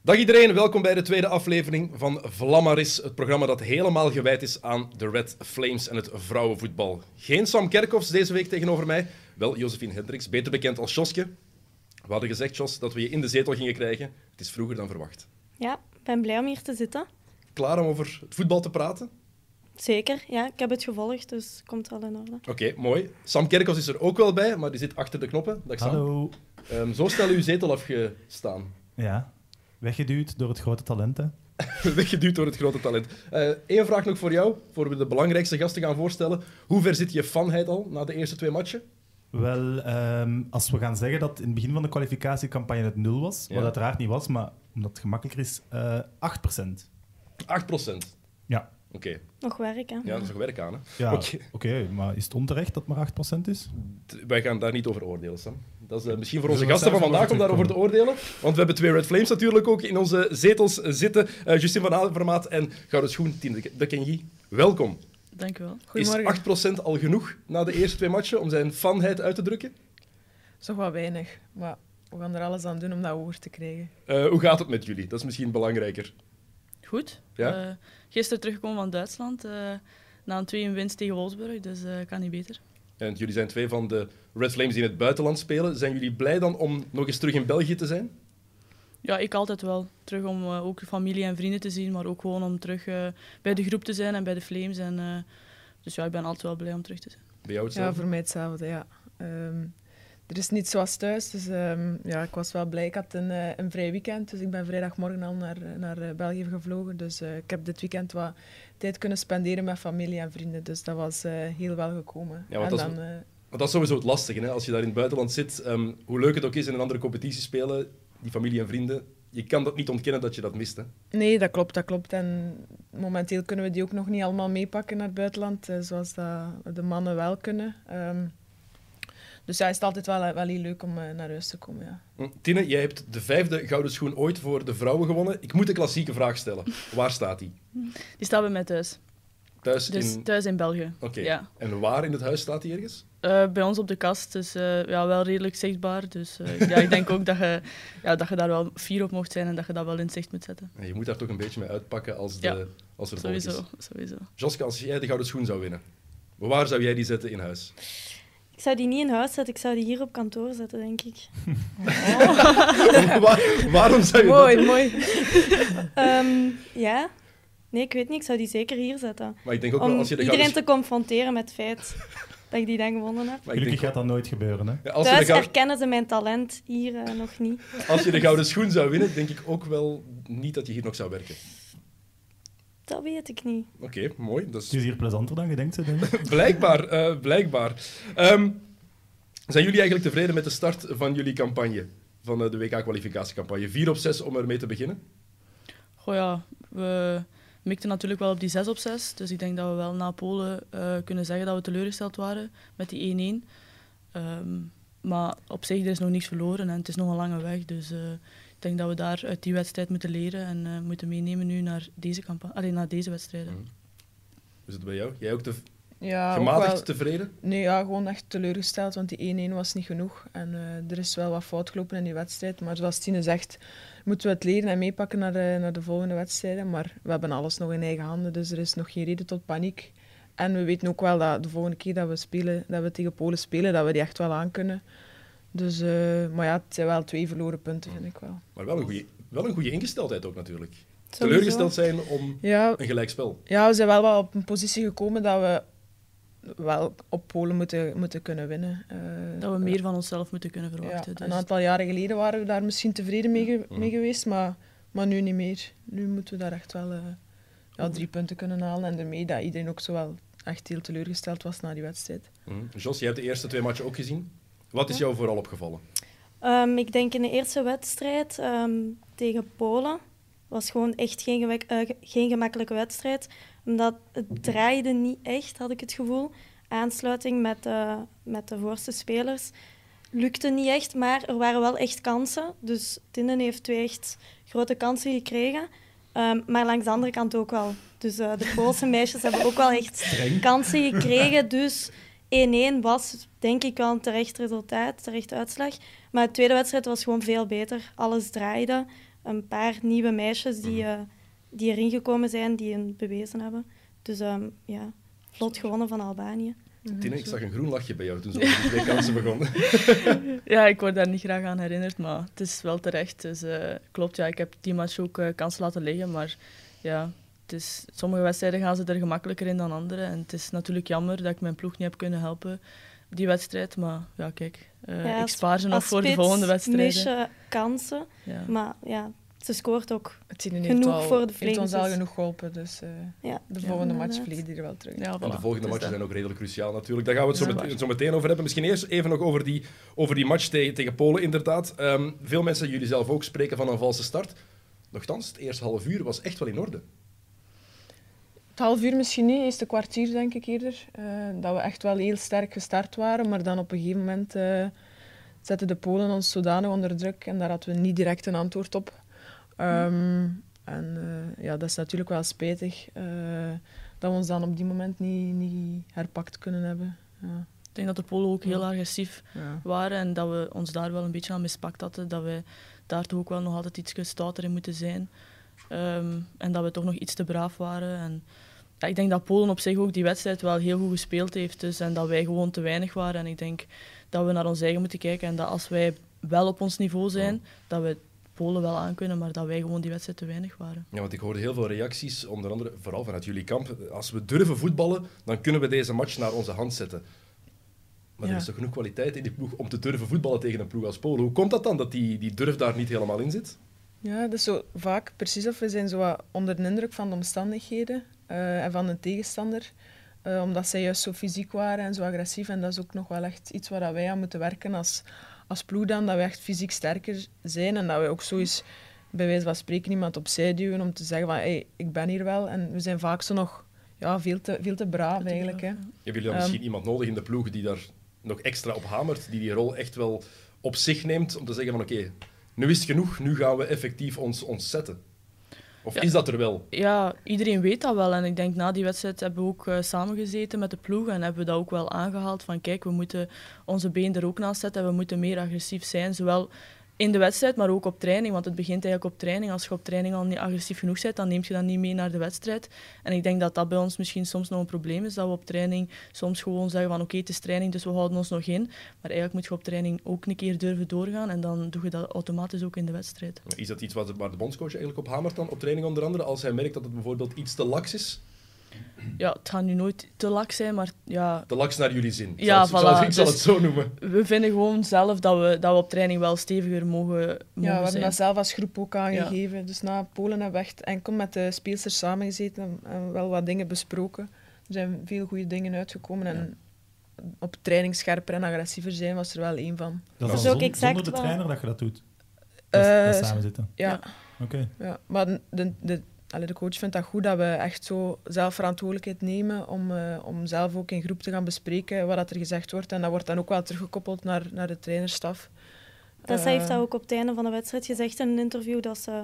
Dag iedereen, welkom bij de tweede aflevering van Vlammaris, het programma dat helemaal gewijd is aan de Red Flames en het vrouwenvoetbal. Geen Sam Kerkhoffs deze week tegenover mij, wel Josephine Hendricks, beter bekend als Joske. We hadden gezegd, Jos, dat we je in de zetel gingen krijgen. Het is vroeger dan verwacht. Ja, ik ben blij om hier te zitten. Klaar om over het voetbal te praten? Zeker, ja. Ik heb het gevolgd, dus het komt wel in orde. Oké, mooi. Sam Kerkhoffs is er ook wel bij, maar die zit achter de knoppen. Dag Sam. Hallo. Zo snel uw zetel afgestaan. Ja, weggeduwd door het grote talent, hè? Weggeduwd door het grote talent. Eén vraag nog voor jou, voor we de belangrijkste gasten gaan voorstellen. Hoe ver zit je fanheid al na de eerste 2 matchen? Wel, als we gaan zeggen dat in het begin van de kwalificatiecampagne het 0 was, wat uiteraard niet was, maar omdat het gemakkelijker is, 8%. 8%? Ja. Oké. Nog werk, hè? Ja, dat is nog werk aan, hè? Ja, oké, maar is het onterecht dat maar 8% is? Wij gaan daar niet over oordelen, Sam. Dat is misschien voor onze gasten van vandaag om daarover te oordelen. Want we hebben 2 Red Flames natuurlijk ook in onze zetels zitten. Justine van Avermaat en Gouden Schoen, Tine de Kenji. Welkom. Dank u wel. Goedemorgen. Is 8% al genoeg na de eerste 2 matchen om zijn fanheid uit te drukken? Dat is toch wel weinig, maar we gaan er alles aan doen om dat hoger te krijgen. Hoe gaat het met jullie? Dat is misschien belangrijker. Goed. Ja? Gisteren teruggekomen van Duitsland, na een 2-1 winst tegen Wolfsburg, dus kan niet beter. En jullie zijn 2 van de Red Flames die in het buitenland spelen. Zijn jullie blij dan om nog eens terug in België te zijn? Ja, ik altijd wel. Terug om ook familie en vrienden te zien, maar ook gewoon om terug bij de groep te zijn en bij de Flames. Dus ja, ik ben altijd wel blij om terug te zijn. Bij jou hetzelfde? Ja, voor mij hetzelfde, ja. Er is niet zoals thuis, dus ja, ik was wel blij. Ik had een vrij weekend, dus ik ben vrijdagmorgen al naar België gevlogen. Dus ik heb dit weekend wat tijd kunnen spenderen met familie en vrienden. Dus dat was heel wel gekomen. Ja, want dat is sowieso het lastige, hè? Als je daar in het buitenland zit, hoe leuk het ook is in een andere competitie spelen, die familie en vrienden, je kan dat niet ontkennen dat je dat mist, hè? Nee, dat klopt. En momenteel kunnen we die ook nog niet allemaal meepakken naar het buitenland, zoals dat de mannen wel kunnen. Dus ja, is het altijd wel heel leuk om naar huis te komen, ja. Tine, jij hebt de 5e Gouden Schoen ooit voor de vrouwen gewonnen. Ik moet de klassieke vraag stellen. Waar staat die? Die staat bij mij thuis. Thuis in België. Oké. Ja. En waar in het huis staat die ergens? Bij ons op de kast, dus ja, wel redelijk zichtbaar. Dus ja, ik denk ook dat je daar wel fier op mocht zijn en dat je dat wel in zicht moet zetten. En je moet daar toch een beetje mee uitpakken als er volk is. Sowieso. Joske, als jij de Gouden Schoen zou winnen, waar zou jij die zetten in huis? Ik zou die niet in huis zetten, ik zou die hier op kantoor zetten, denk ik. Waarom zou je Mooi. Ja. Nee, ik weet niet, ik zou die zeker hier zetten. Maar ik denk ook om wel, als je de iedereen te confronteren met het feit dat ik die dan gewonnen heb. Gelukkig gaat dat nooit gebeuren, hè? Ja, Thuis erkennen ze mijn talent, hier nog niet. Als je de Gouden Schoen zou winnen, denk ik ook wel niet dat je hier nog zou werken. Dat weet ik niet. Oké, mooi. Het is hier plezanter dan je denkt, denk ik. Blijkbaar. Zijn jullie eigenlijk tevreden met de start van jullie campagne? Van de WK-kwalificatiecampagne? 4 op 6 om ermee te beginnen? Goh ja, we mikten natuurlijk wel op die 6 op 6. Dus ik denk dat we wel na Polen kunnen zeggen dat we teleurgesteld waren met die 1-1. Maar op zich, er is nog niks verloren en het is nog een lange weg. Dus ik denk dat we daar uit die wedstrijd moeten leren en moeten meenemen nu naar deze wedstrijden. Hoe is het bij jou? Jij ook Ja, gematigd ook wel tevreden? Nee, ja, gewoon echt teleurgesteld, want die 1-1 was niet genoeg. En er is wel wat fout gelopen in die wedstrijd. Maar zoals Tine zegt, moeten we het leren en meepakken naar de volgende wedstrijden. Maar we hebben alles nog in eigen handen, dus er is nog geen reden tot paniek. En we weten ook wel dat de volgende keer dat we tegen Polen spelen, dat we die echt wel aankunnen. Dus, maar ja, het zijn wel 2 verloren punten, vind ik wel. Maar wel een goede ingesteldheid ook natuurlijk. Sowieso. Teleurgesteld zijn om een gelijkspel. Ja, we zijn wel op een positie gekomen dat we wel op Polen moeten kunnen winnen. Dat we meer van onszelf moeten kunnen verwachten. Ja, dus. Een aantal jaren geleden waren we daar misschien tevreden mee geweest, maar nu niet meer. Nu moeten we daar echt wel 3 punten kunnen halen en daarmee dat iedereen ook zo wel echt heel teleurgesteld was na die wedstrijd. Jos, jij hebt de eerste 2 matchen ook gezien. Wat is jou vooral opgevallen? Ik denk in de eerste wedstrijd tegen Polen was gewoon echt geen gemakkelijke wedstrijd. Omdat het draaide niet echt, had ik het gevoel. Aansluiting met de voorste spelers lukte niet echt, maar er waren wel echt kansen. Dus Tinnen heeft 2 echt grote kansen gekregen. Maar langs de andere kant ook wel. Dus de Poolse meisjes hebben ook wel echt kansen gekregen. Dus 1-1 was denk ik wel een terecht resultaat, terecht uitslag. Maar de tweede wedstrijd was gewoon veel beter. Alles draaide. een paar nieuwe meisjes die erin gekomen zijn, die het bewezen hebben. Dus vlot gewonnen van Albanië. Tine, ik zag een groen lachje bij jou toen ze over die 2 kansen begonnen. Ja, ik word daar niet graag aan herinnerd, maar het is wel terecht. Dus, klopt, ja, ik heb die match ook kansen laten liggen, maar ja, sommige wedstrijden gaan ze er gemakkelijker in dan andere. En het is natuurlijk jammer dat ik mijn ploeg niet heb kunnen helpen, die wedstrijd. Maar ja, kijk, ik spaar ze nog voor de volgende wedstrijden. Mis je kansen, maar ja, ze scoort ook genoeg voor de Flames. heeft ons al genoeg geholpen, dus de volgende match vliegt hier wel terug. Ja, voilà. En de volgende matchen zijn ook redelijk cruciaal natuurlijk. Daar gaan we het zo meteen over hebben. Misschien eerst even nog over die match tegen Polen, inderdaad. Veel mensen, jullie zelf ook, spreken van een valse start. Nochtans, het eerste half uur was echt wel in orde. Het half uur misschien niet, eerst een kwartier denk ik eerder. Dat we echt wel heel sterk gestart waren, maar dan op een gegeven moment zetten de Polen ons zodanig onder druk en daar hadden we niet direct een antwoord op. Dat is natuurlijk wel spijtig dat we ons dan op die moment niet herpakt kunnen hebben. Ja. Ik denk dat de Polen ook heel agressief waren en dat we ons daar wel een beetje aan mispakt hadden. Dat wij daar toch ook wel nog altijd iets stouter in moeten zijn. En dat we toch nog iets te braaf waren. En, ja, ik denk dat Polen op zich ook die wedstrijd wel heel goed gespeeld heeft. Dus, en dat wij gewoon te weinig waren. En ik denk dat we naar ons eigen moeten kijken. En dat als wij wel op ons niveau zijn, dat we Polen wel aankunnen, maar dat wij gewoon die wedstrijd te weinig waren. Ja, want ik hoorde heel veel reacties, onder andere vooral vanuit jullie kamp. Als we durven voetballen, dan kunnen we deze match naar onze hand zetten. Maar er is toch genoeg kwaliteit in die ploeg om te durven voetballen tegen een ploeg als Polen. Hoe komt dat dan, dat die durf daar niet helemaal in zit? Ja, dat is zo vaak precies of we zijn zo wat onder de indruk van de omstandigheden en van de tegenstander. Omdat zij juist zo fysiek waren en zo agressief. En dat is ook nog wel echt iets waar wij aan moeten werken als ploeg dan. Dat we echt fysiek sterker zijn en dat we ook zo eens bij wijze van spreken iemand opzij duwen om te zeggen van hey, ik ben hier wel. En we zijn vaak zo nog veel te braaf eigenlijk. Hè. Hebben jullie dan misschien iemand nodig in de ploeg die daar nog extra op hamert, die rol echt wel op zich neemt om te zeggen van oké, nu is het genoeg, nu gaan we effectief ons zetten? Of is dat er wel? Ja, iedereen weet dat wel. En ik denk na die wedstrijd hebben we ook samengezeten met de ploeg en hebben we dat ook wel aangehaald van kijk, we moeten onze been er ook naast zetten en we moeten meer agressief zijn, zowel in de wedstrijd, maar ook op training. Want het begint eigenlijk op training. Als je op training al niet agressief genoeg bent, dan neem je dat niet mee naar de wedstrijd. En ik denk dat dat bij ons misschien soms nog een probleem is, dat we op training soms gewoon zeggen van oké, het is training, dus we houden ons nog in. Maar eigenlijk moet je op training ook een keer durven doorgaan en dan doe je dat automatisch ook in de wedstrijd. Is dat iets waar de bondscoach eigenlijk op hamert dan, op training onder andere, als hij merkt dat het bijvoorbeeld iets te laks is? Ja, het gaat nu nooit te laks zijn, maar ja... Te laks naar jullie zin. Ja, ik zal het zo noemen. We vinden gewoon zelf dat we op training wel steviger mogen zijn. Ja, we hebben dat zelf als groep ook aangegeven. Ja. Dus na Polen hebben we echt enkel met de speelsters samengezeten en wel wat dingen besproken. Er zijn veel goede dingen uitgekomen en op training scherper en agressiever zijn was er wel één van. Dat is ook exact zonder de trainer dat je dat doet? Dat samenzitten? Ja. Oké. Ja, maar de coach vindt dat goed dat we echt zo zelf verantwoordelijkheid nemen om zelf ook in groep te gaan bespreken wat er gezegd wordt. En dat wordt dan ook wel teruggekoppeld naar de trainerstaf. Tessa heeft dat ook op het einde van de wedstrijd gezegd in een interview, dat ze,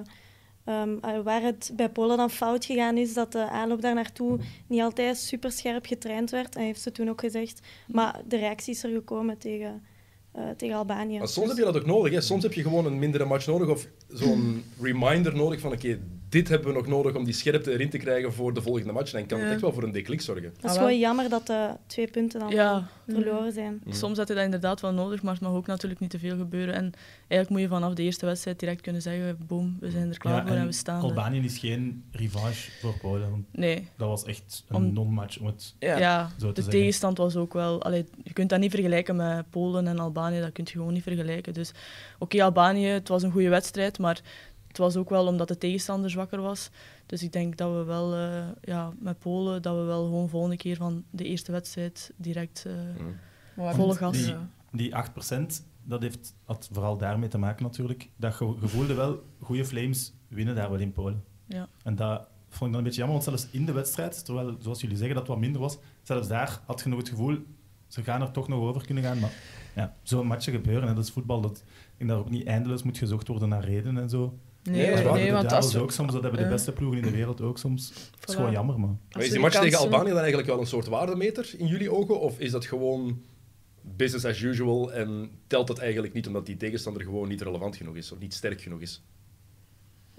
waar het bij Polen dan fout gegaan is, dat de aanloop daar naartoe niet altijd super scherp getraind werd. En heeft ze toen ook gezegd. Maar de reactie is er gekomen tegen Albanië. Maar soms heb je dat ook nodig. Hè? Soms heb je gewoon een mindere match nodig of zo'n reminder nodig van oké, dit hebben we nog nodig om die scherpte erin te krijgen voor de volgende match. En dan kan het echt wel voor een deklik zorgen. Dat is gewoon jammer dat de 2 punten dan verloren zijn. Soms heb je dat inderdaad wel nodig, maar het mag ook natuurlijk niet te veel gebeuren. En eigenlijk moet je vanaf de eerste wedstrijd direct kunnen zeggen, boom, we zijn er klaar voor en we staan. Albanië is geen revanche voor Polen. Nee. Dat was echt een non-match om het zo te de zeggen. tegenstand was ook wel... je kunt dat niet vergelijken met Polen en Albanië, dat kun je gewoon niet vergelijken. Dus oké, Albanië, het was een goede wedstrijd, maar het was ook wel omdat de tegenstander zwakker was. Dus ik denk dat we wel met Polen, dat we wel gewoon volgende keer van de eerste wedstrijd direct volle gas... Die 8%, dat had vooral daarmee te maken natuurlijk. Dat je voelde wel, goede Flames winnen daar wel in Polen. Ja. En dat vond ik dan een beetje jammer, want zelfs in de wedstrijd, terwijl, zoals jullie zeggen, dat het wat minder was, zelfs daar had je nog het gevoel, ze gaan er toch nog over kunnen gaan. Maar ja, zo'n matchen gebeuren, en dat is voetbal, ik denk dat er ook niet eindeloos moet gezocht worden naar redenen en zo. Nee, want als ook soms, dat hebben de beste ploegen in de wereld ook soms. Het is gewoon jammer, man. Maar is die match tegen Albanië dan eigenlijk wel een soort waardemeter in jullie ogen? Of is dat gewoon business as usual en telt dat eigenlijk niet omdat die tegenstander gewoon niet relevant genoeg is of niet sterk genoeg is?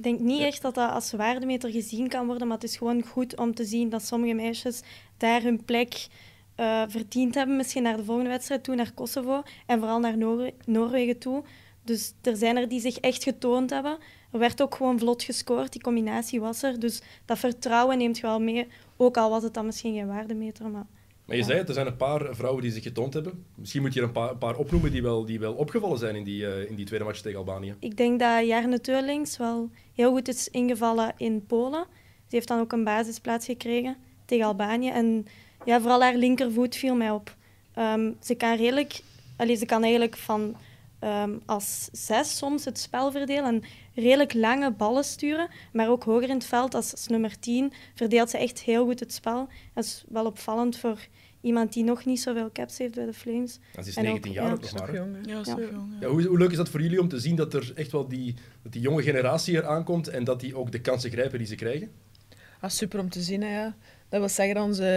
Ik denk niet echt dat dat als waardemeter gezien kan worden, maar het is gewoon goed om te zien dat sommige meisjes daar hun plek verdiend hebben. Misschien naar de volgende wedstrijd toe, naar Kosovo en vooral naar Noorwegen toe. Dus er zijn er die zich echt getoond hebben. Er werd ook gewoon vlot gescoord, die combinatie was er. Dus dat vertrouwen neemt je wel mee, ook al was het dan misschien geen waardemeter. Maar je zei het, er zijn een paar vrouwen die zich getoond hebben. Misschien moet je er een paar opnoemen die wel opgevallen zijn in die tweede match tegen Albanië. Ik denk dat Jarne Teurlings wel heel goed is ingevallen in Polen. Ze heeft dan ook een basisplaats gekregen tegen Albanië. En ja, vooral haar linkervoet viel mij op. Ze kan eigenlijk van als 6 soms het spel verdelen en redelijk lange ballen sturen. Maar ook hoger in het veld, als nummer 10, verdeelt ze echt heel goed het spel. Dat is wel opvallend voor iemand die nog niet zoveel caps heeft bij de Flames. Ze is 19 jaar ook nog maar. Hè? Ja, zo jong. Ja, hoe leuk is dat voor jullie om te zien dat er echt wel die jonge generatie er aankomt en dat die ook de kansen grijpen die ze krijgen? Super om te zien, hè, ja. Dat wil zeggen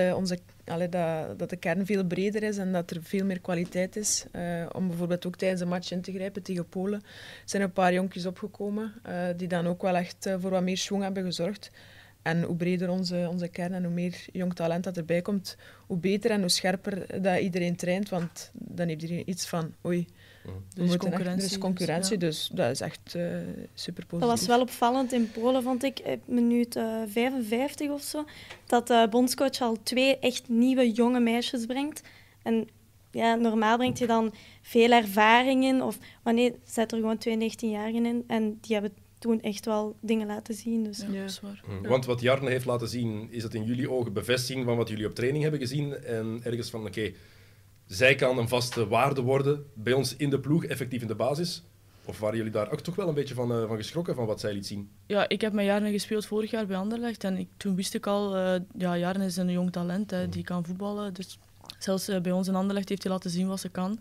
dat de kern veel breder is en dat er veel meer kwaliteit is. Om bijvoorbeeld ook tijdens een match in te grijpen tegen Polen zijn er een paar jonkjes opgekomen die dan ook wel echt voor wat meer schwung hebben gezorgd. En hoe breder onze kern en hoe meer jong talent dat erbij komt, hoe beter en hoe scherper dat iedereen traint. Want dan heeft iedereen iets van, oei, er is concurrentie, dus dat is echt super positief. Dat was wel opvallend in Polen, vond ik, minuut 55 of zo, dat de bondscoach al 2 echt nieuwe jonge meisjes brengt. En ja, normaal brengt je dan veel ervaring in, of wanneer zet er gewoon 2 19-jarigen in en die hebben toen echt wel dingen laten zien. Dus. Ja, dat is waar. Want wat Jarne heeft laten zien, is het in jullie ogen bevestiging van wat jullie op training hebben gezien en ergens van, oké, zij kan een vaste waarde worden bij ons in de ploeg, effectief in de basis? Of waren jullie daar ook toch wel een beetje van geschrokken van wat zij liet zien? Ja, ik heb met Jarne gespeeld vorig jaar bij Anderlecht en toen wist ik al, Jarne is een jong talent, die kan voetballen. Dus zelfs bij ons in Anderlecht heeft hij laten zien wat ze kan.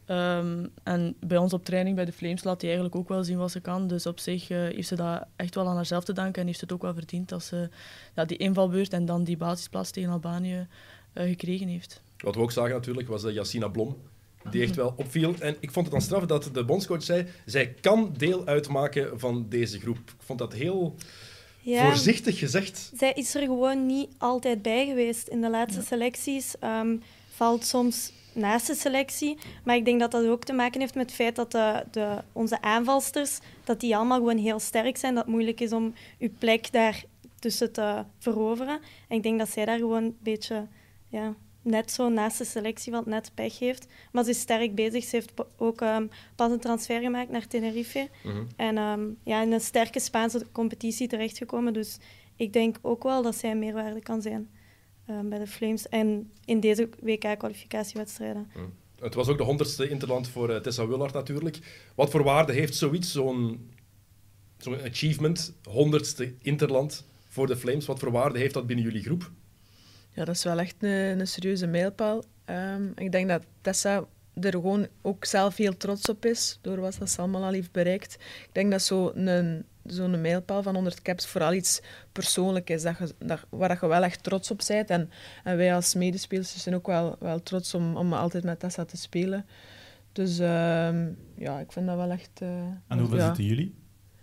En bij ons op training bij de Flames laat hij eigenlijk ook wel zien wat ze kan. Dus op zich heeft ze dat echt wel aan haarzelf te danken en heeft het ook wel verdiend dat ze die invalbeurt en dan die basisplaats tegen Albanië gekregen heeft. Wat we ook zagen natuurlijk was Yassina Blom, die echt wel opviel. En ik vond het dan straf dat de bondscoach zei, zij kan deel uitmaken van deze groep. Ik vond dat heel voorzichtig gezegd. Zij is er gewoon niet altijd bij geweest. In de laatste selecties valt soms naast de selectie. Maar ik denk dat dat ook te maken heeft met het feit dat onze aanvalsters, dat die allemaal gewoon heel sterk zijn. Dat het moeilijk is om je plek daar tussen te veroveren. En ik denk dat zij daar gewoon een beetje net zo naast de selectie valt, net pech heeft. Maar ze is sterk bezig. Ze heeft ook pas een transfer gemaakt naar Tenerife. En in een sterke Spaanse competitie terechtgekomen. Dus ik denk ook wel dat zij een meerwaarde kan zijn bij de Flames en in deze WK-kwalificatiewedstrijden. Het was ook de 100ste interland voor Tessa Willard natuurlijk. Wat voor waarde heeft zoiets, zo'n achievement, 100ste interland voor de Flames? Wat voor waarde heeft dat binnen jullie groep? Ja, dat is wel echt een serieuze mijlpaal. Ik denk dat Tessa er gewoon ook zelf heel trots op is, door wat ze allemaal al heeft bereikt. Ik denk dat zo'n mijlpaal van 100 caps vooral iets persoonlijk is, waar je wel echt trots op bent. En wij als medespelers zijn ook wel trots om altijd met Tessa te spelen. Dus ik vind dat wel echt... En hoeveel zitten jullie?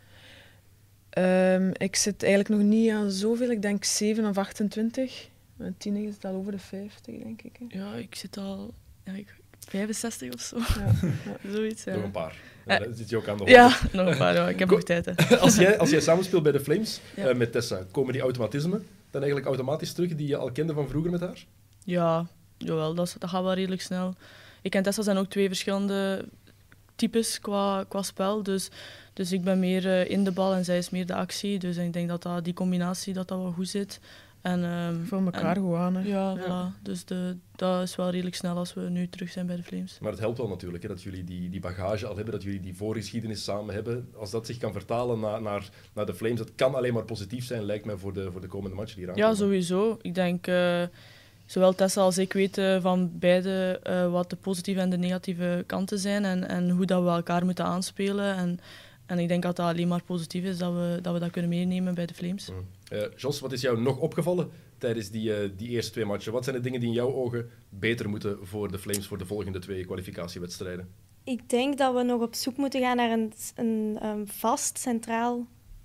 Ik zit eigenlijk nog niet aan zoveel, ik denk 7 of 28. Met 10 is het al over de 50, denk ik. Hè. Ja, ik zit al 65 of zo. Ja. Zoiets. Ja. Nog een paar. Dan zit je ook aan de 100. Ja, nog een paar. Ja. Ik heb nog tijd. Hè. Als jij samenspeelt bij de Flames met Tessa, komen die automatismen dan eigenlijk automatisch terug die je al kende van vroeger met haar? Ja, jawel, dat gaat wel redelijk snel. Ik en Tessa zijn ook 2 verschillende types qua spel. Dus ik ben meer in de bal en zij is meer de actie. Dus ik denk dat die combinatie dat wel goed zit. En, voor elkaar gewoon. Hè. Ja, voilà. Dus dat is wel redelijk snel als we nu terug zijn bij de Flames. Maar het helpt wel natuurlijk, hè, dat jullie die bagage al hebben, dat jullie die voorgeschiedenis samen hebben. Als dat zich kan vertalen naar de Flames, dat kan alleen maar positief zijn, lijkt mij, voor de komende matchen die eraan komen. Ja, sowieso. Ik denk, zowel Tessa als ik weten van beide wat de positieve en de negatieve kanten zijn en hoe dat we elkaar moeten aanspelen. En ik denk dat dat alleen maar positief is, dat we dat kunnen meenemen bij de Flames. Jos, wat is jou nog opgevallen tijdens die eerste 2 matchen? Wat zijn de dingen die in jouw ogen beter moeten voor de Flames voor de volgende 2 kwalificatiewedstrijden? Ik denk dat we nog op zoek moeten gaan naar een vast centraal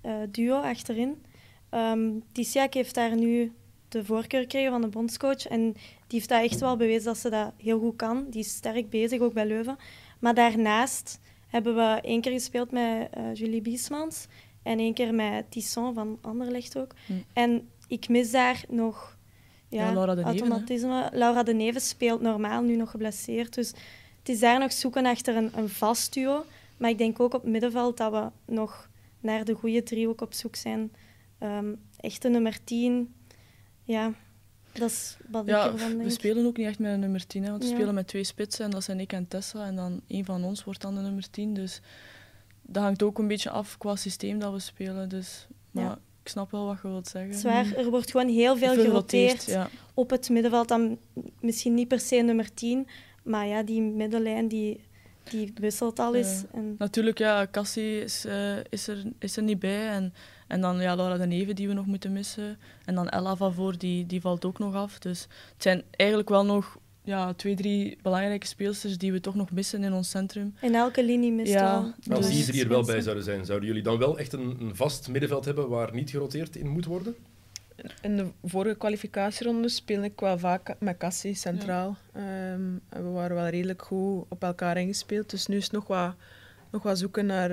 duo achterin. Tisiak heeft daar nu de voorkeur gekregen van de bondscoach. En die heeft dat echt wel bewezen dat ze dat heel goed kan. Die is sterk bezig, ook bij Leuven. Maar daarnaast hebben we 1 keer gespeeld met Julie Biesmans en 1 keer met Tisson van Anderlecht ook. En ik mis daar nog Laura de Neven, automatisme. Laura de Neven speelt normaal, nu nog geblesseerd. Dus het is daar nog zoeken achter een vast duo. Maar ik denk ook op het middenveld dat we nog naar de goede driehoek op zoek zijn. Echte nummer 10, ja, dat is wat ik ervan denk. We spelen ook niet echt met een nummer 10, hè, want we spelen met 2 spitsen en dat zijn ik en Tessa. En dan een van ons wordt dan de nummer 10. Dus dat hangt ook een beetje af qua systeem dat we spelen. Dus, maar ik snap wel wat je wilt zeggen. Zwaar, er wordt gewoon heel veel geroteerd op het middenveld. Dan misschien niet per se nummer 10, maar ja, die middenlijn die wisselt al eens. En... Natuurlijk, Cassie is er niet bij. En dan Laura de Neven die we nog moeten missen. En dan Ella Vavoor, die valt ook nog af. Dus het zijn eigenlijk wel nog 2, 3 belangrijke speelsters die we toch nog missen in ons centrum. In elke linie misten we. Als die er hier wel bij zouden zijn, zouden jullie dan wel echt een vast middenveld hebben waar niet geroteerd in moet worden? In de vorige kwalificatieronde speelde ik wel vaak met Cassie centraal. En we waren wel redelijk goed op elkaar ingespeeld. Dus nu is het nog wat zoeken naar...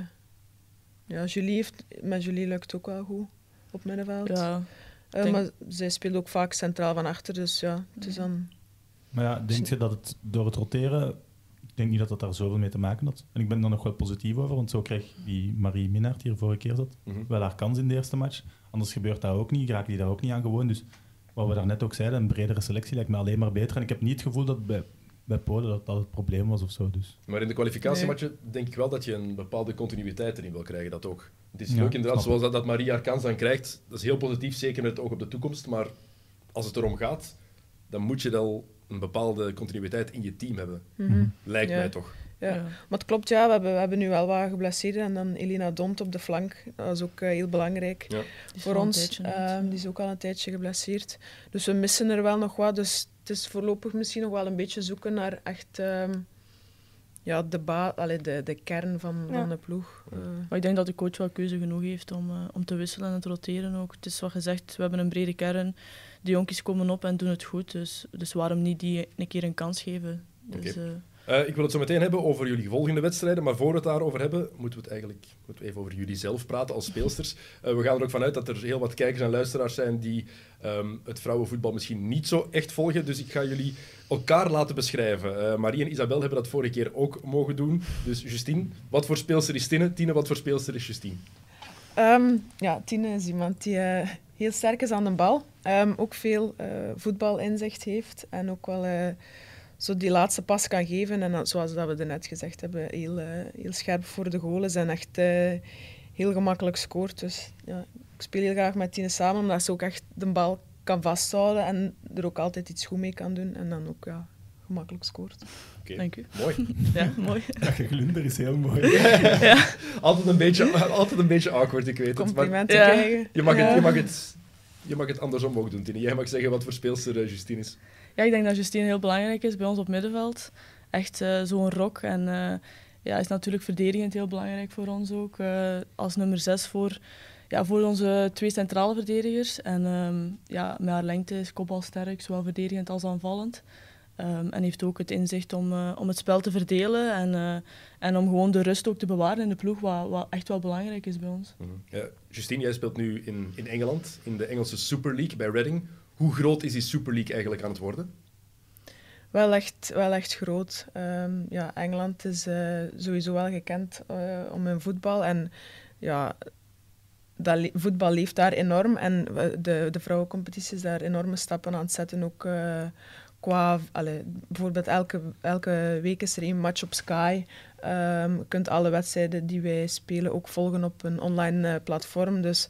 met Julie lukt het ook wel goed op middenveld. Ja, maar zij speelt ook vaak centraal van achter, dus ja, het is dan... Maar ja, denk je dat het door het roteren... Ik denk niet dat dat daar zoveel mee te maken had. En ik ben er nog wel positief over, want zo kreeg die Marie Minnaert, die er vorige keer zat, wel haar kans in de eerste match. Anders gebeurt dat ook niet, raakt die daar ook niet aan gewoon. Dus wat we daarnet ook zeiden, een bredere selectie lijkt me alleen maar beter. En ik heb niet het gevoel dat bij Polen dat het probleem was of zo. Dus. Maar in de kwalificatiematchen denk ik wel dat je een bepaalde continuïteit erin wil krijgen, dat ook. Het is leuk inderdaad, zoals dat Marie haar kans dan krijgt. Dat is heel positief, zeker met het oog op de toekomst. Maar als het erom gaat, dan moet je wel een bepaalde continuïteit in je team hebben. Lijkt mij toch. Ja. Maar het klopt, we hebben nu wel wat geblesseerden. En dan Elina Dont op de flank, dat is ook heel belangrijk voor ons. Die is ook al een tijdje geblesseerd. Dus we missen er wel nog wat. Dus het is voorlopig misschien nog wel een beetje zoeken naar echt de kern van de ploeg. Maar ik denk dat de coach wel keuze genoeg heeft om te wisselen en te roteren ook. Het is wat gezegd, we hebben een brede kern. De jonkies komen op en doen het goed. Dus waarom niet die een keer een kans geven? Dus, ik wil het zo meteen hebben over jullie volgende wedstrijden, maar voor we het daarover hebben, moeten we even over jullie zelf praten als speelsters. We gaan er ook vanuit dat er heel wat kijkers en luisteraars zijn die het vrouwenvoetbal misschien niet zo echt volgen, dus ik ga jullie elkaar laten beschrijven. Marie en Isabel hebben dat vorige keer ook mogen doen. Dus Justine, wat voor speelster is Tine? Tine, wat voor speelster is Justine? Tine is iemand die heel sterk is aan de bal. Ook veel voetbalinzicht heeft en ook wel... zo die laatste pas kan geven. En zoals dat we net gezegd hebben, heel scherp voor de goal is en echt heel gemakkelijk scoort. Dus ja, ik speel heel graag met Tine samen, omdat ze ook echt de bal kan vasthouden en er ook altijd iets goed mee kan doen. En dan ook gemakkelijk scoort. Okay. Dank u. Mooi. Ja, mooi. Dat glunder is heel mooi. Ja. Altijd een beetje awkward, ik weet het. Complimenten krijgen. Je mag het andersom ook doen, Tine. Jij mag zeggen wat voor speelster Justine is. Ja, ik denk dat Justine heel belangrijk is bij ons op middenveld. Echt zo'n rock. En is natuurlijk verdedigend heel belangrijk voor ons ook. Als nummer 6 voor onze 2 centrale verdedigers. En met haar lengte is kopbalsterk, zowel verdedigend als aanvallend. En heeft ook het inzicht om het spel te verdelen en om gewoon de rust ook te bewaren in de ploeg, wat echt wel belangrijk is bij ons. Justine, jij speelt nu in Engeland, in de Engelse Super League bij Reading. Hoe groot is die Super League eigenlijk aan het worden? Wel echt groot. Engeland is sowieso wel gekend om hun voetbal. En voetbal leeft daar enorm. En de vrouwencompetitie is daar enorme stappen aan het zetten. Ook bijvoorbeeld elke week is er 1 match op Sky. Je kunt alle wedstrijden die wij spelen ook volgen op een online platform. Dus...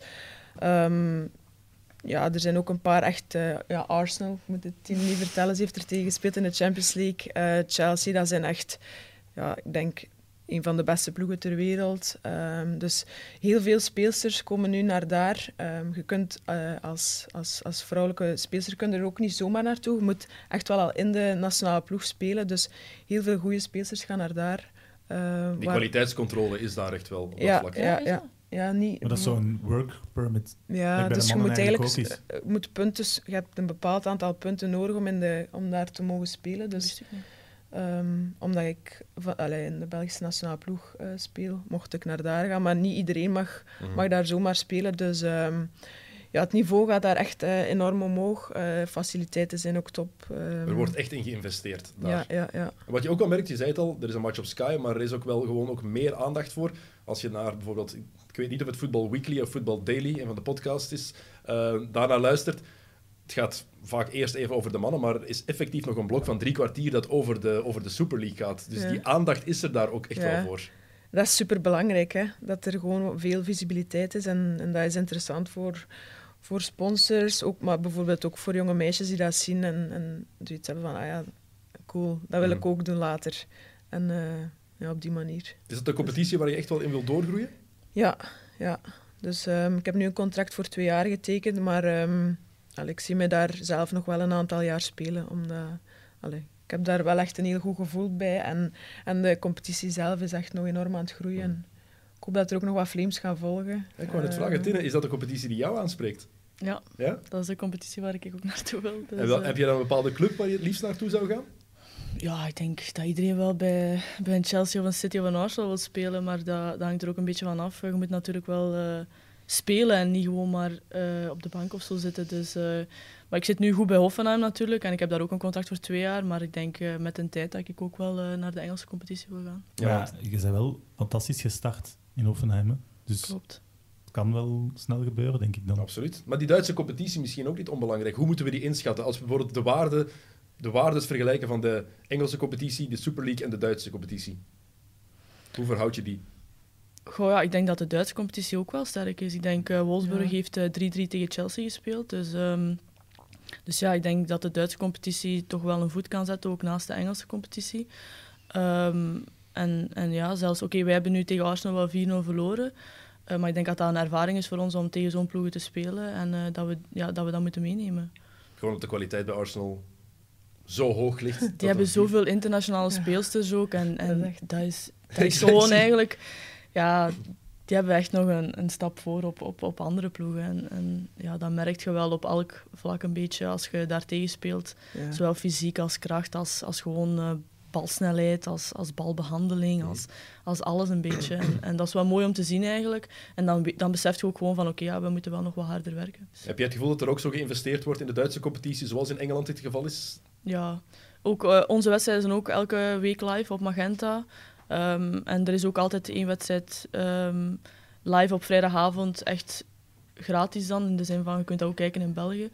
er zijn ook een paar echt... Arsenal, ik moet het team niet vertellen, ze heeft er tegen gespeeld in de Champions League. Chelsea, dat zijn echt, ik denk, een van de beste ploegen ter wereld. Dus heel veel speelsters komen nu naar daar. Je kunt als vrouwelijke speelster er ook niet zomaar naartoe. Je moet echt wel al in de nationale ploeg spelen. Dus heel veel goede speelsters gaan naar daar. Die kwaliteitscontrole is daar echt wel op dat vlak. ja, niet... Maar dat is zo'n work permit. Ja, bij de dus je mannen moet eigenlijk eigenlijk... ook je moet punten, je hebt een bepaald aantal punten nodig om daar te mogen spelen. Dus, omdat ik in de Belgische nationale ploeg speel, mocht ik naar daar gaan. Maar niet iedereen mag daar zomaar spelen. Dus het niveau gaat daar echt enorm omhoog. Faciliteiten zijn ook top. Er wordt echt in geïnvesteerd daar. Ja. Wat je ook wel merkt, je zei het al, er is een match op Sky, maar er is ook wel gewoon ook meer aandacht voor. Als je naar bijvoorbeeld, ik weet niet of het Football Weekly of Football Daily, een van de podcasts is, daarnaar luistert. Het gaat vaak eerst even over de mannen, maar er is effectief nog een blok van 3 kwartier dat over de Super League gaat. Dus die aandacht is er daar ook echt wel voor. Dat is superbelangrijk, hè? Dat er gewoon veel visibiliteit is. En dat is interessant voor sponsors, ook, maar bijvoorbeeld ook voor jonge meisjes die dat zien en zoiets hebben van, cool, dat wil ik ook doen later. En op die manier. Is het een competitie waar je echt wel in wil doorgroeien? Ja. Dus ik heb nu een contract voor 2 jaar getekend, maar ik zie me daar zelf nog wel een aantal jaar spelen. Omdat, ik heb daar wel echt een heel goed gevoel bij. En de competitie zelf is echt nog enorm aan het groeien. Ik hoop dat er ook nog wat Flames gaan volgen. Ik wou net vragen, Tine, is dat de competitie die jou aanspreekt? Ja, dat is de competitie waar ik ook naartoe wil. Dus, en heb je dan een bepaalde club waar je het liefst naartoe zou gaan? Ja, ik denk dat iedereen wel bij een Chelsea of een City of een Arsenal wil spelen, maar dat hangt er ook een beetje van af. Je moet natuurlijk wel spelen en niet gewoon maar op de bank of zo zitten. Dus, maar ik zit nu goed bij Hoffenheim natuurlijk en ik heb daar ook een contract voor 2 jaar, maar ik denk met een tijd dat ik ook wel naar de Engelse competitie wil gaan. Ja, je bent wel fantastisch gestart in Hoffenheim. Hè? Dus klopt. Het kan wel snel gebeuren, denk ik dan. Absoluut. Maar die Duitse competitie misschien ook niet onbelangrijk. Hoe moeten we die inschatten? Als we bijvoorbeeld de waardes vergelijken van de Engelse competitie, de Super League en de Duitse competitie. Hoe verhoud je die? Goh, ja, ik denk dat de Duitse competitie ook wel sterk is. Ik denk Wolfsburg heeft 3-3 tegen Chelsea gespeeld. Dus ik denk dat de Duitse competitie toch wel een voet kan zetten, ook naast de Engelse competitie. Zelfs, wij hebben nu tegen Arsenal wel 4-0 verloren. Maar ik denk dat dat een ervaring is voor ons om tegen zo'n ploegen te spelen en dat we dat moeten meenemen. Gewoon dat de kwaliteit bij Arsenal zo hoog ligt. Die hebben zoveel internationale speelsters ook en dat is gewoon eigenlijk... Ja, die hebben echt nog een stap voor op andere ploegen. En dat merk je wel op elk vlak een beetje als je daar tegen speelt. Ja. Zowel fysiek als kracht, als gewoon balsnelheid, als balbehandeling, als alles een beetje. En dat is wel mooi om te zien eigenlijk. En dan besef je ook gewoon van we moeten wel nog wat harder werken. Dus. Heb je het gevoel dat er ook zo geïnvesteerd wordt in de Duitse competitie, zoals in Engeland dit geval is? Ja, ook onze wedstrijden zijn ook elke week live op Magenta. En er is ook altijd 1 wedstrijd live op vrijdagavond, echt gratis dan, in de zin van je kunt dat ook kijken in België.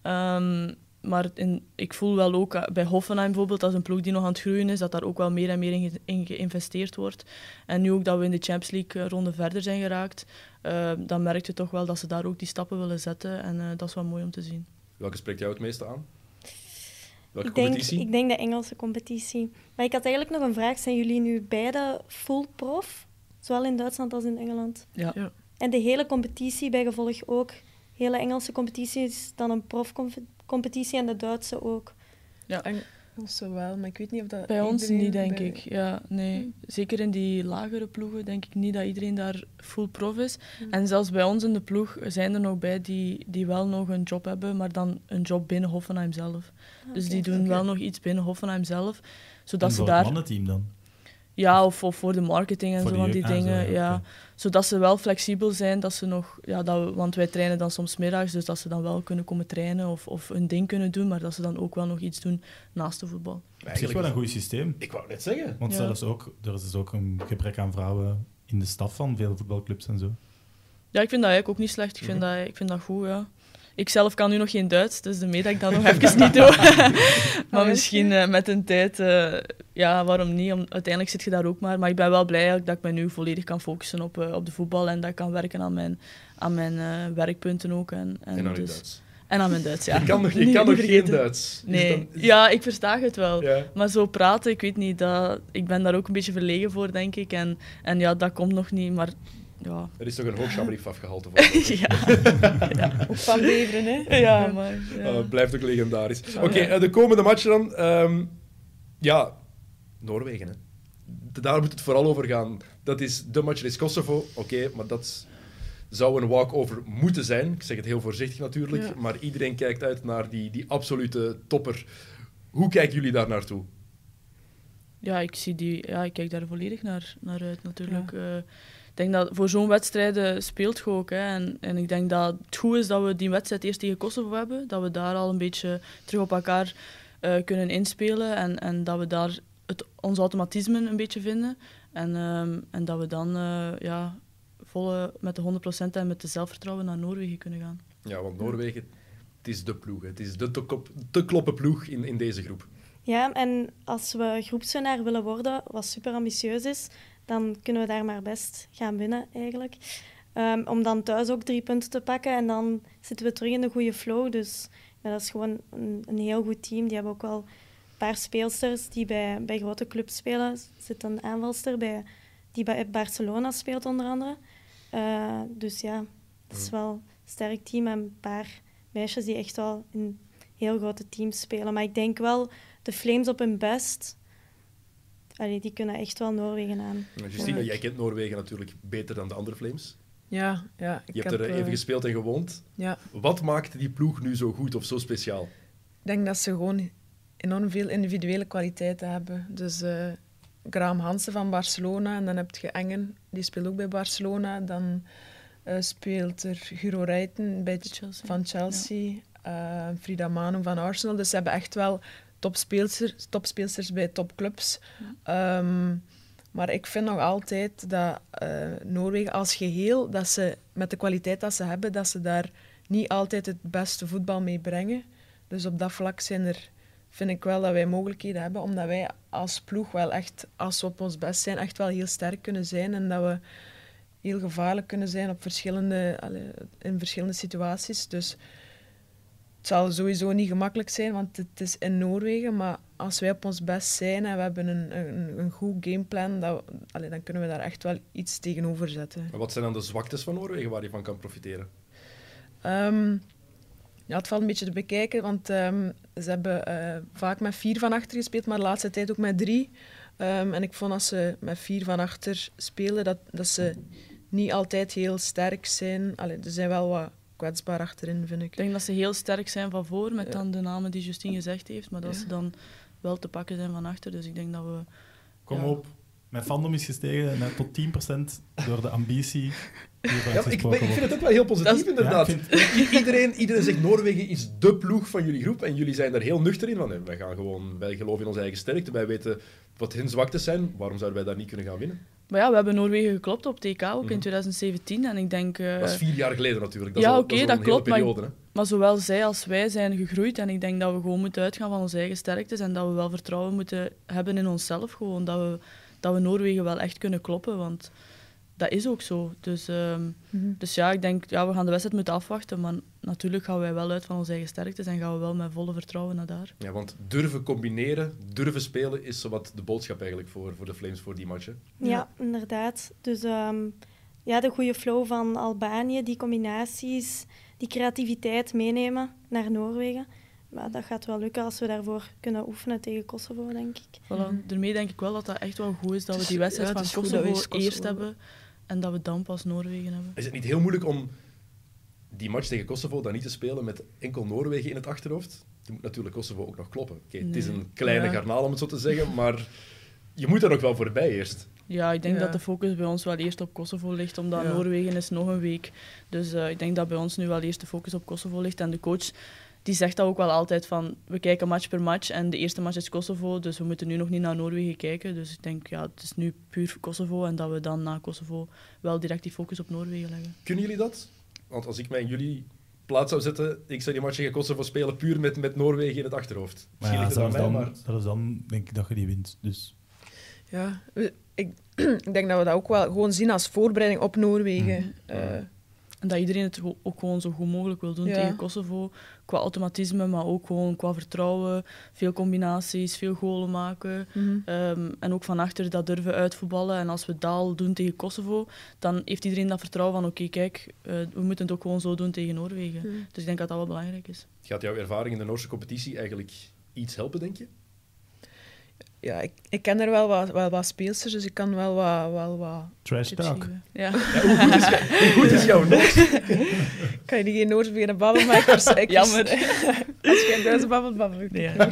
Maar ik voel wel ook bij Hoffenheim bijvoorbeeld, dat is een ploeg die nog aan het groeien is, dat daar ook wel meer en meer in geïnvesteerd wordt. En nu ook dat we in de Champions League ronde verder zijn geraakt, dan merk je toch wel dat ze daar ook die stappen willen zetten. En dat is wel mooi om te zien. Welke spreekt jou het meeste aan? Welke competitie? Ik denk de Engelse competitie. Maar ik had eigenlijk nog een vraag. Zijn jullie nu beide full prof? Zowel in Duitsland als in Engeland? Ja. En de hele competitie bij gevolg ook? De hele Engelse competitie is dan een profcompetitie en de Duitse ook? Ja. Engelse wel, maar ik weet niet of dat... Bij ons niet, denk ik. Ja, nee. Zeker in die lagere ploegen denk ik niet dat iedereen daar full prof is. En zelfs bij ons in de ploeg zijn er nog bij die wel nog een job hebben, maar dan een job binnen Hoffenheim zelf. Dus die doen wel nog iets binnen Hoffenheim zelf. Zodat en voor ze daar... het mannenteam dan? Ja, of voor de marketing en voor zo van die dingen. Zo, ja. Zodat ze wel flexibel zijn, dat ze nog... want wij trainen dan soms middags, dus dat ze dan wel kunnen komen trainen of hun ding kunnen doen, maar dat ze dan ook wel nog iets doen naast de voetbal. Het is wel een goed systeem. Ik wou het net zeggen. Want zelfs ook, er is ook een gebrek aan vrouwen in de staf van veel voetbalclubs en zo. Ja, ik vind dat eigenlijk ook niet slecht. Ik vind dat goed, ja. Ik zelf kan nu nog geen Duits, dus daarmee dat ik dat nog even niet doe. Maar misschien met een tijd, waarom niet? Uiteindelijk zit je daar ook maar. Maar ik ben wel blij dat ik me nu volledig kan focussen op de voetbal en dat ik kan werken aan mijn werkpunten ook. En aan uw dus, Duits. En aan mijn Duits, ja. Je kan nog geen Duits. Nee, ja, ik versta het wel. Ja. Maar zo praten, ik weet niet, ik ben daar ook een beetje verlegen voor, denk ik. En ja, dat komt nog niet, maar... Ja. Er is toch een hoog chabrief afgehaald voor. ja. Ook van Beveren, hè? Ja, maar... Ja. Blijft ook legendarisch. Oké, de komende match dan. Noorwegen, hè. Daar moet het vooral over gaan. Dat is de match, is Kosovo. Oké, maar dat zou een walkover moeten zijn. Ik zeg het heel voorzichtig natuurlijk, Ja. maar iedereen kijkt uit naar die absolute topper. Hoe kijken jullie daar naartoe? Ja, ik kijk daar volledig naar uit natuurlijk. Ik denk dat voor zo'n wedstrijden speelt je ook. Hè. En ik denk dat het goed is dat we die wedstrijd eerst tegen Kosovo hebben. Dat we daar al een beetje terug op elkaar kunnen inspelen. En dat we daar ons automatisme een beetje vinden. En dat we dan met de 100% en met de zelfvertrouwen naar Noorwegen kunnen gaan. Ja, want Noorwegen, het is de ploeg. Hè. Het is de te kloppen ploeg in deze groep. Ja, en als we groepswinnaar willen worden, wat super ambitieus is, dan kunnen we daar maar best gaan winnen eigenlijk. Om dan thuis ook 3 punten te pakken en dan zitten we terug in de goede flow. Dus ja, dat is gewoon een heel goed team. Die hebben ook wel een paar speelsters die bij grote clubs spelen. Er zit een aanvalster die bij Barcelona speelt onder andere. Dus ja, het is wel een sterk team en een paar meisjes die echt wel in heel grote teams spelen. Maar ik denk wel, de Flames op hun best, die kunnen echt wel Noorwegen aan. Justine, jij kent Noorwegen natuurlijk beter dan de andere Flames. Ja. Je hebt er even gespeeld en gewoond. Ja. Wat maakt die ploeg nu zo goed of zo speciaal? Ik denk dat ze gewoon enorm veel individuele kwaliteiten hebben. Dus Graham Hansen van Barcelona, en dan heb je Engen, die speelt ook bij Barcelona. Dan speelt er Guro Reiten bij Chelsea. van Chelsea, Frida Manu van Arsenal. Dus ze hebben echt wel topspeelsters bij topclubs. Maar ik vind nog altijd dat Noorwegen als geheel, dat ze met de kwaliteit dat ze hebben, dat ze daar niet altijd het beste voetbal mee brengen. Dus op dat vlak vind ik wel dat wij mogelijkheden hebben, omdat wij als ploeg wel echt, als we op ons best zijn, echt wel heel sterk kunnen zijn en dat we heel gevaarlijk kunnen zijn in verschillende situaties. Dus het zal sowieso niet gemakkelijk zijn, want het is in Noorwegen, maar als wij op ons best zijn en we hebben een goed gameplan, dan kunnen we daar echt wel iets tegenover zetten. En wat zijn dan de zwaktes van Noorwegen waar je van kan profiteren? Ja, het valt een beetje te bekijken, want ze hebben vaak met 4 van achter gespeeld, maar de laatste tijd ook met 3. En ik vond als ze met 4 van achter spelen, dat ze niet altijd heel sterk zijn. Ze zijn wel wat kwetsbaar achterin, vind ik. Ik denk dat ze heel sterk zijn van voor, met dan de namen die Justine gezegd heeft, maar dat ze dan wel te pakken zijn van achter. Dus ik denk dat we... Kom op. Mijn fandom is gestegen net tot 10% door de ambitie. Ja, ik vind het ook wel heel positief, inderdaad. Iedereen zegt Noorwegen is dé ploeg van jullie groep en jullie zijn daar heel nuchter in. Want wij geloven in onze eigen sterkte, wij weten wat hun zwaktes zijn. Waarom zouden wij daar niet kunnen gaan winnen? Maar ja, we hebben Noorwegen geklopt op TK ook in 2017 en ik denk... Dat is 4 jaar geleden natuurlijk. Dat klopt, periode, maar zowel zij als wij zijn gegroeid en ik denk dat we gewoon moeten uitgaan van onze eigen sterktes en dat we wel vertrouwen moeten hebben in onszelf gewoon, dat we Noorwegen wel echt kunnen kloppen, want dat is ook zo. Dus ja, ik denk, we gaan de wedstrijd moeten afwachten, maar natuurlijk gaan wij wel uit van onze eigen sterktes en gaan we wel met volle vertrouwen naar daar. Ja, want durven combineren, durven spelen is zowat de boodschap eigenlijk voor de Flames voor die matchen. Ja, inderdaad. Dus de goede flow van Albanië, die combinaties, die creativiteit meenemen naar Noorwegen. Maar dat gaat wel lukken als we daarvoor kunnen oefenen tegen Kosovo, denk ik. Voilà. Daarmee denk ik wel dat dat echt wel goed is, dat we die wedstrijd van Kosovo eerst hebben en dat we dan pas Noorwegen hebben. Is het niet heel moeilijk om die match tegen Kosovo dan niet te spelen met enkel Noorwegen in het achterhoofd? Je moet natuurlijk Kosovo ook nog kloppen. Het is een kleine garnaal, om het zo te zeggen, maar je moet er nog wel voorbij eerst. Ja, ik denk dat de focus bij ons wel eerst op Kosovo ligt, omdat Noorwegen is nog een week. Dus ik denk dat bij ons nu wel eerst de focus op Kosovo ligt. En de coach die zegt dat ook wel altijd van, we kijken match per match en de eerste match is Kosovo, dus we moeten nu nog niet naar Noorwegen kijken. Dus ik denk, het is nu puur Kosovo en dat we dan na Kosovo wel direct die focus op Noorwegen leggen. Kunnen jullie dat? Want als ik mij in jullie plaats zou zetten, ik zou die match tegen Kosovo spelen puur met Noorwegen in het achterhoofd. Maar ja, zelfs dan denk ik dat je die wint. Dus. Ja, ik denk dat we dat ook wel gewoon zien als voorbereiding op Noorwegen. En dat iedereen het ook gewoon zo goed mogelijk wil doen tegen Kosovo. Qua automatisme, maar ook gewoon qua vertrouwen. Veel combinaties, veel goalen maken. En ook van achter dat durven uitvoetballen. En als we dat al doen tegen Kosovo, dan heeft iedereen dat vertrouwen van oké, kijk, we moeten het ook gewoon zo doen tegen Noorwegen. Dus ik denk dat dat wel belangrijk is. Gaat jouw ervaring in de Noorse competitie eigenlijk iets helpen, denk je? ja, ik ken er wel wat speelsters, dus ik kan wel wat Trash tips talk. geven. Ja. Ja, hoe goed is jouw Noors? Kan je niet geen Noors beginnen babbelen, maar Jammer. Als jij Duits babbelt, babbel ik. Nee,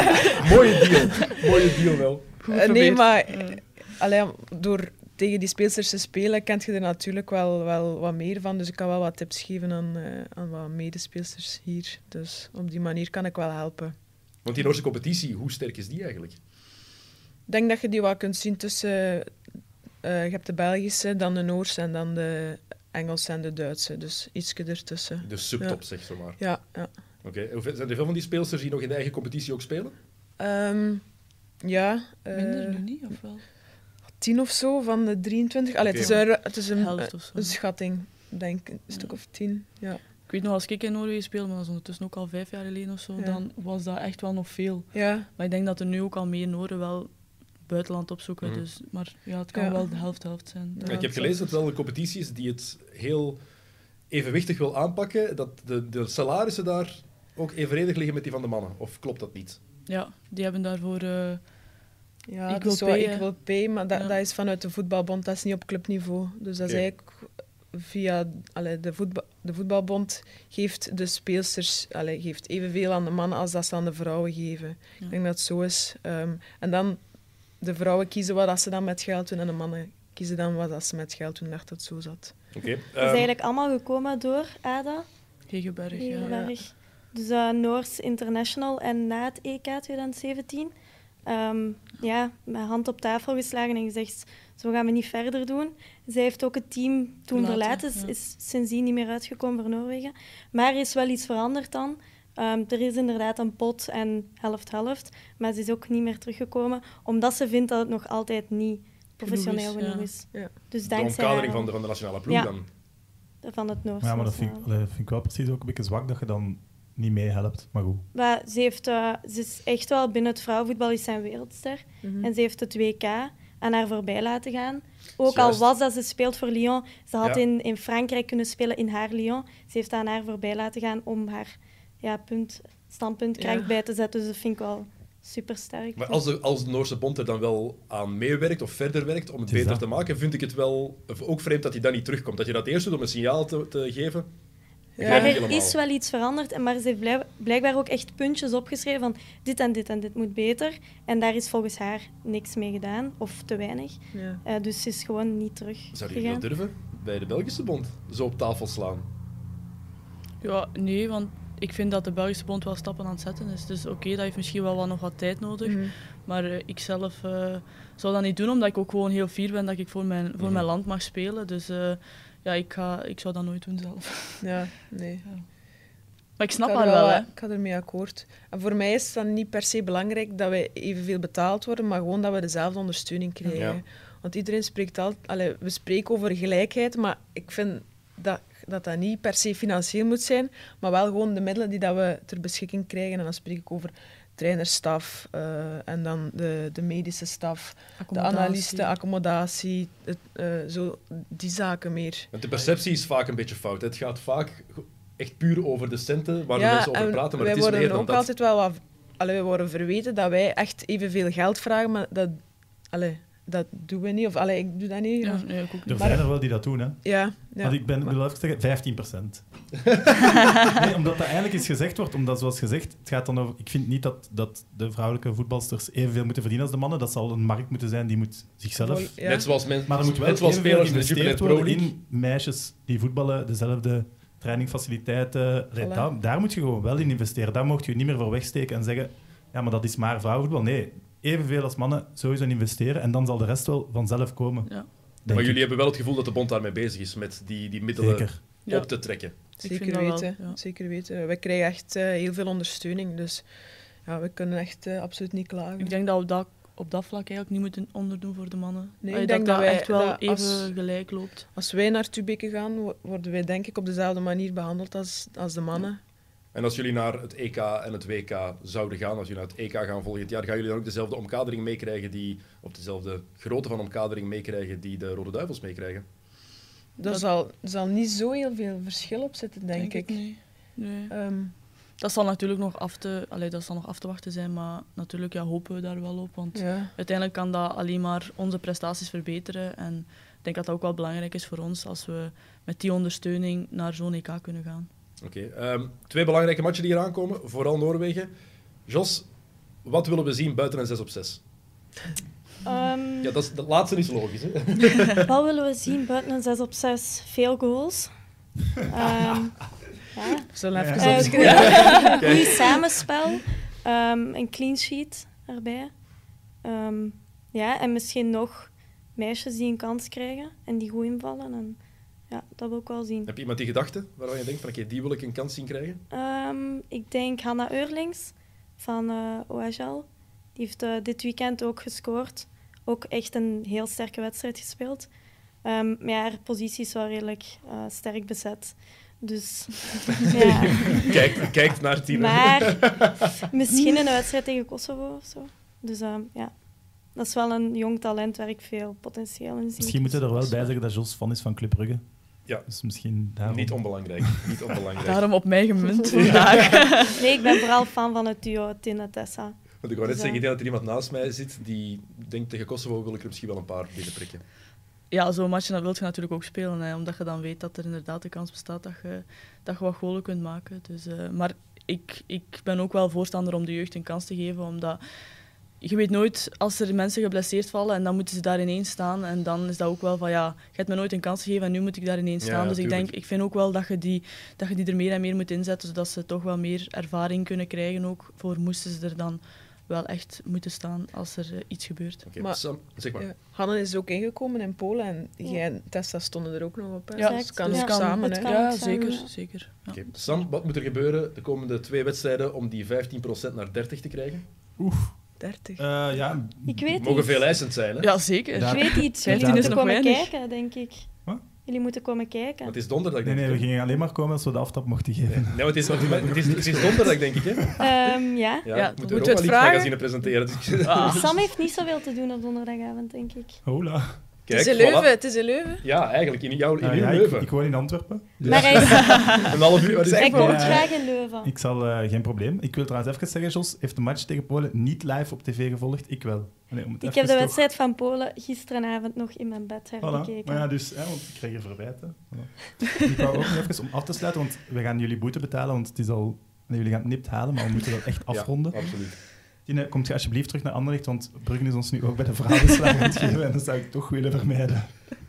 Mooie deal wel. Nee, maar allee, door tegen die speelsters te spelen, kent je er natuurlijk wel wat meer van. Dus ik kan wel wat tips geven aan wat medespeelsters hier. Dus op die manier kan ik wel helpen. Want die Noorse competitie, hoe sterk is die eigenlijk? Ik denk dat je die wel kunt zien tussen... je hebt de Belgische, dan de Noorse en dan de Engelse en de Duitse. Dus ietsje ertussen. De subtop, zeg zo maar. Ja. Oké. Zijn er veel van die speelsters die nog in de eigen competitie ook spelen? Ja. Minder nu niet, of wel? 10 of zo van de 23. Allee, Oké. het is Helft of zo. een schatting, denk ik. Een stuk of 10. Ja. Ik weet nog, als ik in Noorwegen speelde, maar dat is ondertussen ook al 5 jaar geleden of zo, Ja. dan was dat echt wel nog veel. Ja. Maar ik denk dat er nu ook al meer Noorden wel buitenland opzoeken. Mhm. Dus, maar ja, het kan Ja. wel de helft zijn. Ja, ik heb dat gelezen dat het wel een competitie is die het heel evenwichtig wil aanpakken, dat de salarissen daar ook evenredig liggen met die van de mannen. Of klopt dat niet? Ja, die hebben daarvoor... Ja, Equal dat is zo pay, equal pay, maar dat is vanuit de voetbalbond, dat is niet op clubniveau. Dus dat is Oké. eigenlijk via de voetbalbond geeft de speelsters geeft evenveel aan de mannen als dat ze aan de vrouwen geven. Ja. Ik denk dat het zo is. En dan de vrouwen kiezen wat dat ze dan met geld doen en de mannen kiezen dan wat dat ze met geld doen. Ik dacht dat het zo zat. Oké. Het is eigenlijk allemaal gekomen door ADA, Hegeberg, ja. Hegeberg. Dus Noors International en na het EK 2017 met hand op tafel geslagen en gezegd, zo gaan we niet verder doen. Zij heeft ook het team toen verlaten, ja. is sindsdien niet meer uitgekomen voor Noorwegen. Maar er is wel iets veranderd dan. Er is inderdaad een pot en helft-helft, maar ze is ook niet meer teruggekomen, omdat ze vindt dat het nog altijd niet professioneel Genoeg is, genoeg ja. is. Ja. Dus de dankzij omkadering haar van de nationale ploeg Ja. dan. van het Noors. Ja, maar dat vind nationaal. ik wel precies ook een beetje zwak dat je dan niet meehelpt. Maar goed. Maar ze is echt wel binnen het vrouwenvoetbal is zij een wereldster. En ze heeft het WK aan haar voorbij laten gaan. Ook al Juist. was dat ze speelt voor Lyon. Ze had Ja. in Frankrijk kunnen spelen in haar Lyon. Ze heeft dat aan haar voorbij laten gaan om haar standpunt krank bij te zetten. Dus dat vind ik wel super sterk. Maar als de Noorse bond er dan wel aan meewerkt of verder werkt om het Het is beter dat. te maken, vind ik het wel ook vreemd dat hij dan niet terugkomt. Dat je dat eerst doet om een signaal te geven. Ja. Maar er Helemaal. is wel iets veranderd, maar ze heeft blijkbaar ook echt puntjes opgeschreven van dit en dit en dit moet beter. En daar is volgens haar niks mee gedaan, of te weinig. Ja. Dus ze is gewoon niet Zou je dat teruggegaan. durven bij de Belgische bond? Zo op tafel slaan? Ja, nee, want ik vind dat de Belgische bond wel stappen aan het zetten is. Dus oké, dat heeft misschien wel nog wat tijd nodig. Mhm. Maar ik zelf zou dat niet doen, omdat ik ook gewoon heel fier ben dat ik voor mijn land mag spelen. Dus ik zou dat nooit doen zelf. Ja, nee. Maar ik snap Ik haar ga wel, hè. Ik ga ermee akkoord. En voor mij is het dan niet per se belangrijk dat wij evenveel betaald worden, maar gewoon dat we dezelfde ondersteuning krijgen. Ja. Want iedereen spreekt altijd... we spreken over gelijkheid, maar ik vind dat niet per se financieel moet zijn, maar wel gewoon de middelen die dat we ter beschikking krijgen. En dan spreek ik over trainerstaf en dan de medische staf, de analisten, accommodatie, zo die zaken meer. Want de perceptie is vaak een beetje fout. Het gaat vaak echt puur over de centen waar de mensen over en praten, maar wij het is meer worden dan ook dat. altijd wel wat... we worden verweten dat wij echt evenveel geld vragen, maar dat doen we niet. Of ik doe dat niet. Ja, Of- nee, ik ook Er niet. zijn er wel die dat doen, hè. ja. Want ik wil even zeggen, 15%. Nee, omdat dat eigenlijk eens gezegd wordt, omdat zoals gezegd, het gaat dan over... Ik vind niet dat de vrouwelijke voetbalsters evenveel moeten verdienen als de mannen. Dat zal een markt moeten zijn, die moet zichzelf... Ja. Net zoals Maar er moet wel net zoals evenveel spelers in de Jupiler geïnvesteerd Pro worden League. in meisjes die voetballen, dezelfde trainingfaciliteiten. Voilà. Daar moet je gewoon wel in investeren. Daar mocht je niet meer voor wegsteken en zeggen, ja, maar dat is maar vrouwenvoetbal. Nee, evenveel als mannen sowieso investeren en dan zal de rest wel vanzelf komen. Ja. denk Maar ik. jullie hebben wel het gevoel dat de bond daarmee bezig is, met die middelen Zeker. Ja. op te trekken. vind Zeker dat wel, weten. ja. Zeker weten. We krijgen echt heel veel ondersteuning, dus ja, we kunnen echt absoluut niet klagen. Ik denk dat we op dat vlak eigenlijk niet moeten onderdoen voor de mannen. Nee, Allee, ik denk dat dat wij- echt wel dat even als- gelijk loopt. Als wij naar Tubeke gaan, worden wij denk ik op dezelfde manier behandeld als de mannen. En als jullie naar het EK en het WK zouden gaan, als jullie naar het EK gaan volgend jaar, gaan jullie dan ook dezelfde omkadering meekrijgen of dezelfde grootte van omkadering meekrijgen die de Rode Duivels meekrijgen? Er zal niet zo heel veel verschil op zitten, denk ik. Nee. Nee. Dat zal natuurlijk nog af te wachten zijn, maar natuurlijk hopen we daar wel op. Want uiteindelijk kan dat alleen maar onze prestaties verbeteren. En ik denk dat dat ook wel belangrijk is voor ons als we met die ondersteuning naar zo'n EK kunnen gaan. Oké. 2 belangrijke matchen die eraan komen, vooral Noorwegen. Jos, wat willen we zien buiten een 6 op 6? Dat laatste is logisch. Hè? Wat willen we zien buiten een 6 op 6? Veel goals. We zullen even opschrijven. Goed samenspel. Een clean sheet erbij. En misschien nog meisjes die een kans krijgen en die goed invallen. En, dat wil ik wel zien. Heb je iemand die gedachten waarvan je denkt van oké, die wil ik een kans zien krijgen? Ik denk Hanna Eurlings van OHL. Die heeft dit weekend ook gescoord. Ook echt een heel sterke wedstrijd gespeeld. Maar haar positie is wel redelijk sterk bezet. Dus, Kijkt naar Tine. Maar misschien een wedstrijd tegen Kosovo of zo. Dus dat is wel een jong talent waar ik veel potentieel in zie. Misschien moeten we er wel bij zeggen dat Jos fan is van Club Brugge. Ja. Dus misschien daarom. Niet onbelangrijk. Daarom op mij gemunt vandaag. Nee, ik ben vooral fan van het duo Tine-Tessa. Want ik wou net zeggen, ik denk dat er iemand naast mij zit die denkt tegen Kosovo wil ik er misschien wel een paar binnenprikken. Ja, zo'n match dat wil je natuurlijk ook spelen, hè, omdat je dan weet dat er inderdaad de kans bestaat dat je wat golen kunt maken. Dus, maar ik ben ook wel voorstander om de jeugd een kans te geven, omdat je weet nooit als er mensen geblesseerd vallen en dan moeten ze daar ineens staan. En dan is dat ook wel van je hebt me nooit een kans gegeven en nu moet ik daar ineens staan. Dus ik vind ook wel dat je die er meer en meer moet inzetten, zodat ze toch wel meer ervaring kunnen krijgen. Ook voor moesten ze er dan wel echt moeten staan als er iets gebeurt. Okay, maar, Sam, zeg maar. Hanne is ook ingekomen in Polen en jij en Tessa stonden er ook nog op. Hè? Ja, dus het kan ook samen. Hè? Ja, zeker. Ja. Okay. Sam, wat moet er gebeuren de komende 2 wedstrijden om die 15% naar 30 te krijgen? 30? Ik weet mogen iets. veel eisend zijn, hè? Ja, zeker. Ik weet iets. Jullie 15 is moeten nog komen weinig. kijken, denk ik. Wat? Jullie moeten komen kijken. Maar het is donderdag, denk Nee, ik. we gingen alleen maar komen als we de aftrap mochten geven. Nee, maar het is donderdag, denk ik, hè? Ja. Ja, ik moet moeten er we ook het wel vragen? magazine presenteren. Dus Sam heeft niet zoveel te doen op donderdagavond, denk ik. Hola. Kijk, het is in Leuven, voilà. het is in Leuven. Ja, eigenlijk, in uw Ja, Leuven. ik woon in Antwerpen. Dus Maar Een half uur, wat is hij het? komt graag in Leuven. ik zal geen probleem. Ik wil trouwens even zeggen, Jos heeft de match tegen Polen niet live op tv gevolgd. Ik wel. Allee, om het Ik even heb de toch- wedstrijd van Polen gisteravond nog in mijn bed hergekeken. Voilà. Maar ja, dus, want ik kreeg er verwijten. Voilà. Ik wou ook nog even om af te sluiten, want we gaan jullie boete betalen, want het is al... Nee, jullie gaan het nipt halen, maar we moeten dat echt afronden. Ja, absoluut. Tine, komt je alsjeblieft terug naar Anderlecht, want Brugge is ons nu ook bij de verhaalbeslag aan het geven en dat zou ik toch willen vermijden.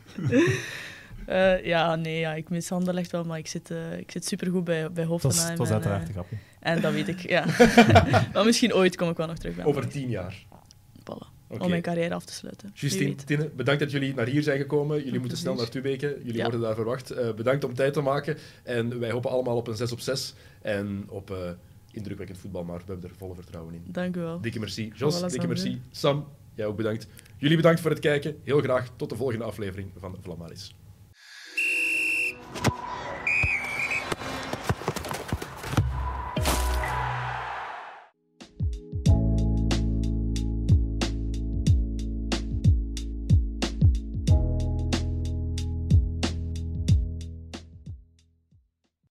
Ik mis Anderlecht wel, maar ik zit supergoed bij Hoffenheim. Het was uiteraard een grapje. En dat weet ik, ja. Maar misschien ooit kom ik wel nog terug bij Over Anderlecht. 10 jaar. Voilà. Oké. Om mijn carrière af te sluiten. Wie Justine, weet. Tine, bedankt dat jullie naar hier zijn gekomen. Jullie moeten snel plezier. naar Tubeke. Jullie Ja. worden daar verwacht. Bedankt om tijd te maken. En wij hopen allemaal op een 6 op 6. En op indrukwekkend voetbal, maar we hebben er volle vertrouwen in. Dank u wel. Dikke merci. Jos, Voilà, dikke Sam. merci. Sam, jij ook bedankt. Jullie bedankt voor het kijken. Heel graag tot de volgende aflevering van Vlamaris.